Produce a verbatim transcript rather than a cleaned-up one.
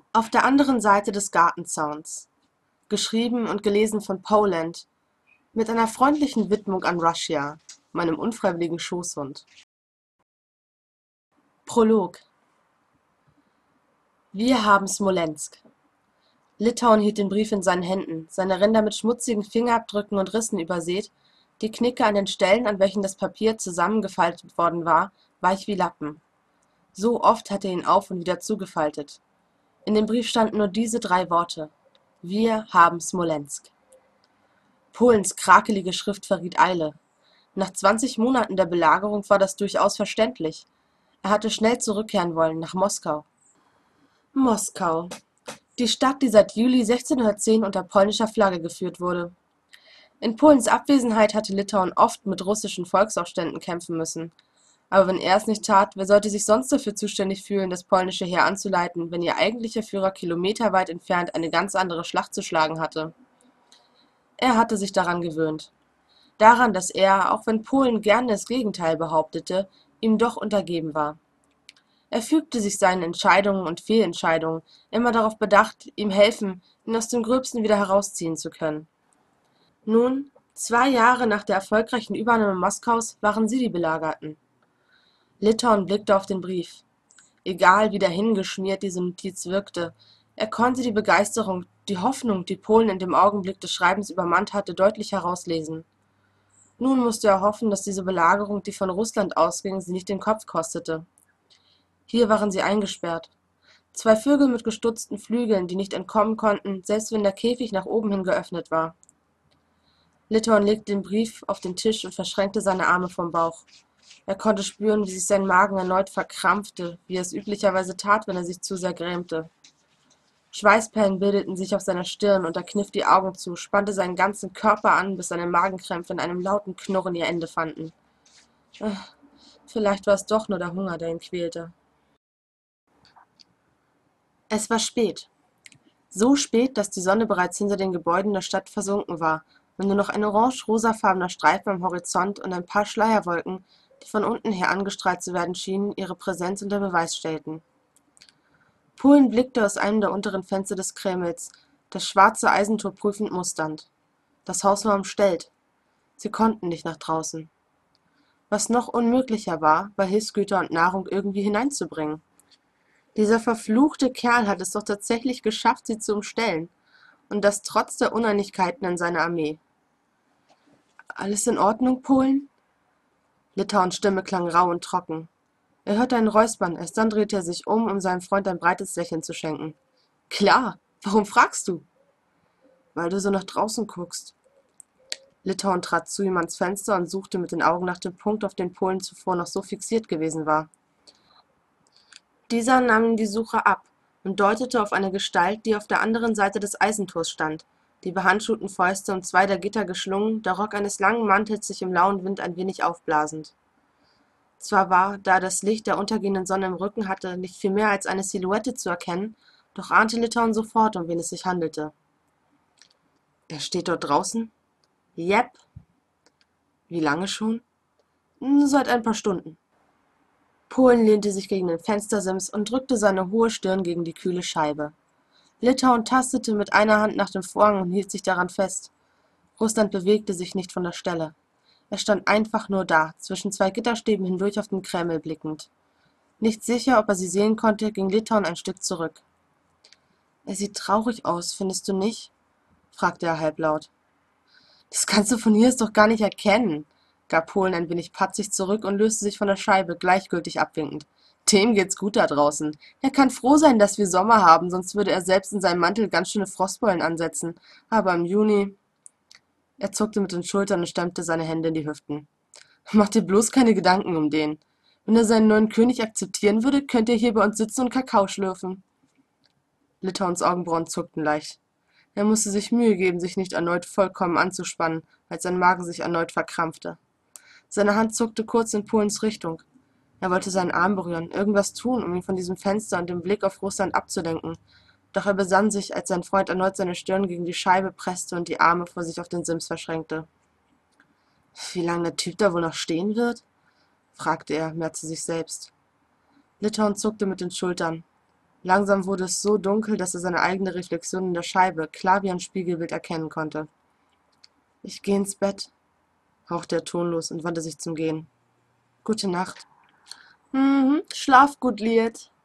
Auf der anderen Seite des Gartenzauns. Geschrieben und gelesen von Poland, mit einer freundlichen Widmung an Russia, meinem unfreiwilligen Schoßhund. Prolog. Wir haben Smolensk. Litauen hielt den Brief in seinen Händen, seine Ränder mit schmutzigen Fingerabdrücken und Rissen übersät, die Knicke an den Stellen, an welchen das Papier zusammengefaltet worden war, weich wie Lappen. So oft hatte er ihn auf und wieder zugefaltet. In dem Brief standen nur diese drei Worte: Wir haben Smolensk. Polens krakelige Schrift verriet Eile. Nach zwanzig Monaten der Belagerung war das durchaus verständlich. Er hatte schnell zurückkehren wollen, nach Moskau. Moskau. Die Stadt, die seit Juli sechzehnhundertzehn unter polnischer Flagge geführt wurde. In Polens Abwesenheit hatte Litauen oft mit russischen Volksaufständen kämpfen müssen. Aber wenn er es nicht tat, wer sollte sich sonst dafür zuständig fühlen, das polnische Heer anzuleiten, wenn ihr eigentlicher Führer kilometerweit entfernt eine ganz andere Schlacht zu schlagen hatte? Er hatte sich daran gewöhnt. Daran, dass er, auch wenn Polen gern das Gegenteil behauptete, ihm doch untergeben war. Er fügte sich seinen Entscheidungen und Fehlentscheidungen, immer darauf bedacht, ihm helfen, ihn aus dem Gröbsten wieder herausziehen zu können. Nun, zwei Jahre nach der erfolgreichen Übernahme Moskaus, waren sie die Belagerten. Litauen blickte auf den Brief. Egal wie dahingeschmiert diese Notiz wirkte, er konnte die Begeisterung, die Hoffnung, die Polen in dem Augenblick des Schreibens übermannt hatte, deutlich herauslesen. Nun musste er hoffen, dass diese Belagerung, die von Russland ausging, sie nicht den Kopf kostete. Hier waren sie eingesperrt. Zwei Vögel mit gestutzten Flügeln, die nicht entkommen konnten, selbst wenn der Käfig nach oben hin geöffnet war. Litauen legte den Brief auf den Tisch und verschränkte seine Arme vom Bauch. Er konnte spüren, wie sich sein Magen erneut verkrampfte, wie er es üblicherweise tat, wenn er sich zu sehr grämte. Schweißperlen bildeten sich auf seiner Stirn und er kniff die Augen zu, spannte seinen ganzen Körper an, bis seine Magenkrämpfe in einem lauten Knurren ihr Ende fanden. Ach, vielleicht war es doch nur der Hunger, der ihn quälte. Es war spät. So spät, dass die Sonne bereits hinter den Gebäuden der Stadt versunken war und nur noch ein orange-rosafarbener Streifen am Horizont und ein paar Schleierwolken, die von unten her angestrahlt zu werden schienen, ihre Präsenz unter Beweis stellten. Polen blickte aus einem der unteren Fenster des Kremls, das schwarze Eisentor prüfend musternd. Das Haus war umstellt. Sie konnten nicht nach draußen. Was noch unmöglicher war, war Hilfsgüter und Nahrung irgendwie hineinzubringen. Dieser verfluchte Kerl hat es doch tatsächlich geschafft, sie zu umstellen, und das trotz der Uneinigkeiten in seiner Armee. »Alles in Ordnung, Polen?« Litauens Stimme klang rau und trocken. Er hörte ein Räuspern, erst dann drehte er sich um, um seinem Freund ein breites Lächeln zu schenken. »Klar, warum fragst du?« »Weil du so nach draußen guckst.« Litauen trat zu ihm ans Fenster und suchte mit den Augen nach dem Punkt, auf den Polen zuvor noch so fixiert gewesen war. Dieser nahm ihm die Suche ab und deutete auf eine Gestalt, die auf der anderen Seite des Eisentors stand, die behandschuhten Fäuste um zwei der Gitter geschlungen, der Rock eines langen Mantels sich im lauen Wind ein wenig aufblasend. Zwar war, da er das Licht der untergehenden Sonne im Rücken hatte, nicht viel mehr als eine Silhouette zu erkennen, doch ahnte Litauen sofort, um wen es sich handelte. »Er steht dort draußen?« »Jep.« »Wie lange schon?« »Seit ein paar Stunden.« Polen lehnte sich gegen den Fenstersims und drückte seine hohe Stirn gegen die kühle Scheibe. Litauen tastete mit einer Hand nach dem Vorhang und hielt sich daran fest. Russland bewegte sich nicht von der Stelle. Er stand einfach nur da, zwischen zwei Gitterstäben hindurch auf den Kreml blickend. Nicht sicher, ob er sie sehen konnte, ging Litauen ein Stück zurück. »Er sieht traurig aus, findest du nicht?« fragte er halblaut. »Das kannst du von hier aus doch gar nicht erkennen«, gab Polen ein wenig patzig zurück und löste sich von der Scheibe, gleichgültig abwinkend. »Dem geht's gut da draußen. Er kann froh sein, dass wir Sommer haben, sonst würde er selbst in seinem Mantel ganz schöne Frostbeulen ansetzen. Aber im Juni...« Er zuckte mit den Schultern und stemmte seine Hände in die Hüften. »Mach dir bloß keine Gedanken um den. Wenn er seinen neuen König akzeptieren würde, könnte er hier bei uns sitzen und Kakao schlürfen.« Litauens Augenbrauen zuckten leicht. Er musste sich Mühe geben, sich nicht erneut vollkommen anzuspannen, als sein Magen sich erneut verkrampfte. Seine Hand zuckte kurz in Polens Richtung. Er wollte seinen Arm berühren, irgendwas tun, um ihn von diesem Fenster und dem Blick auf Russland abzulenken. Doch er besann sich, als sein Freund erneut seine Stirn gegen die Scheibe presste und die Arme vor sich auf den Sims verschränkte. »Wie lange der Typ da wohl noch stehen wird?« fragte er, mehr zu sich selbst. Litauen zuckte mit den Schultern. Langsam wurde es so dunkel, dass er seine eigene Reflexion in der Scheibe klar wie ein Spiegelbild erkennen konnte. »Ich geh ins Bett«, hauchte er tonlos und wandte sich zum Gehen. »Gute Nacht.« »Mhm, schlaf gut, Liet«,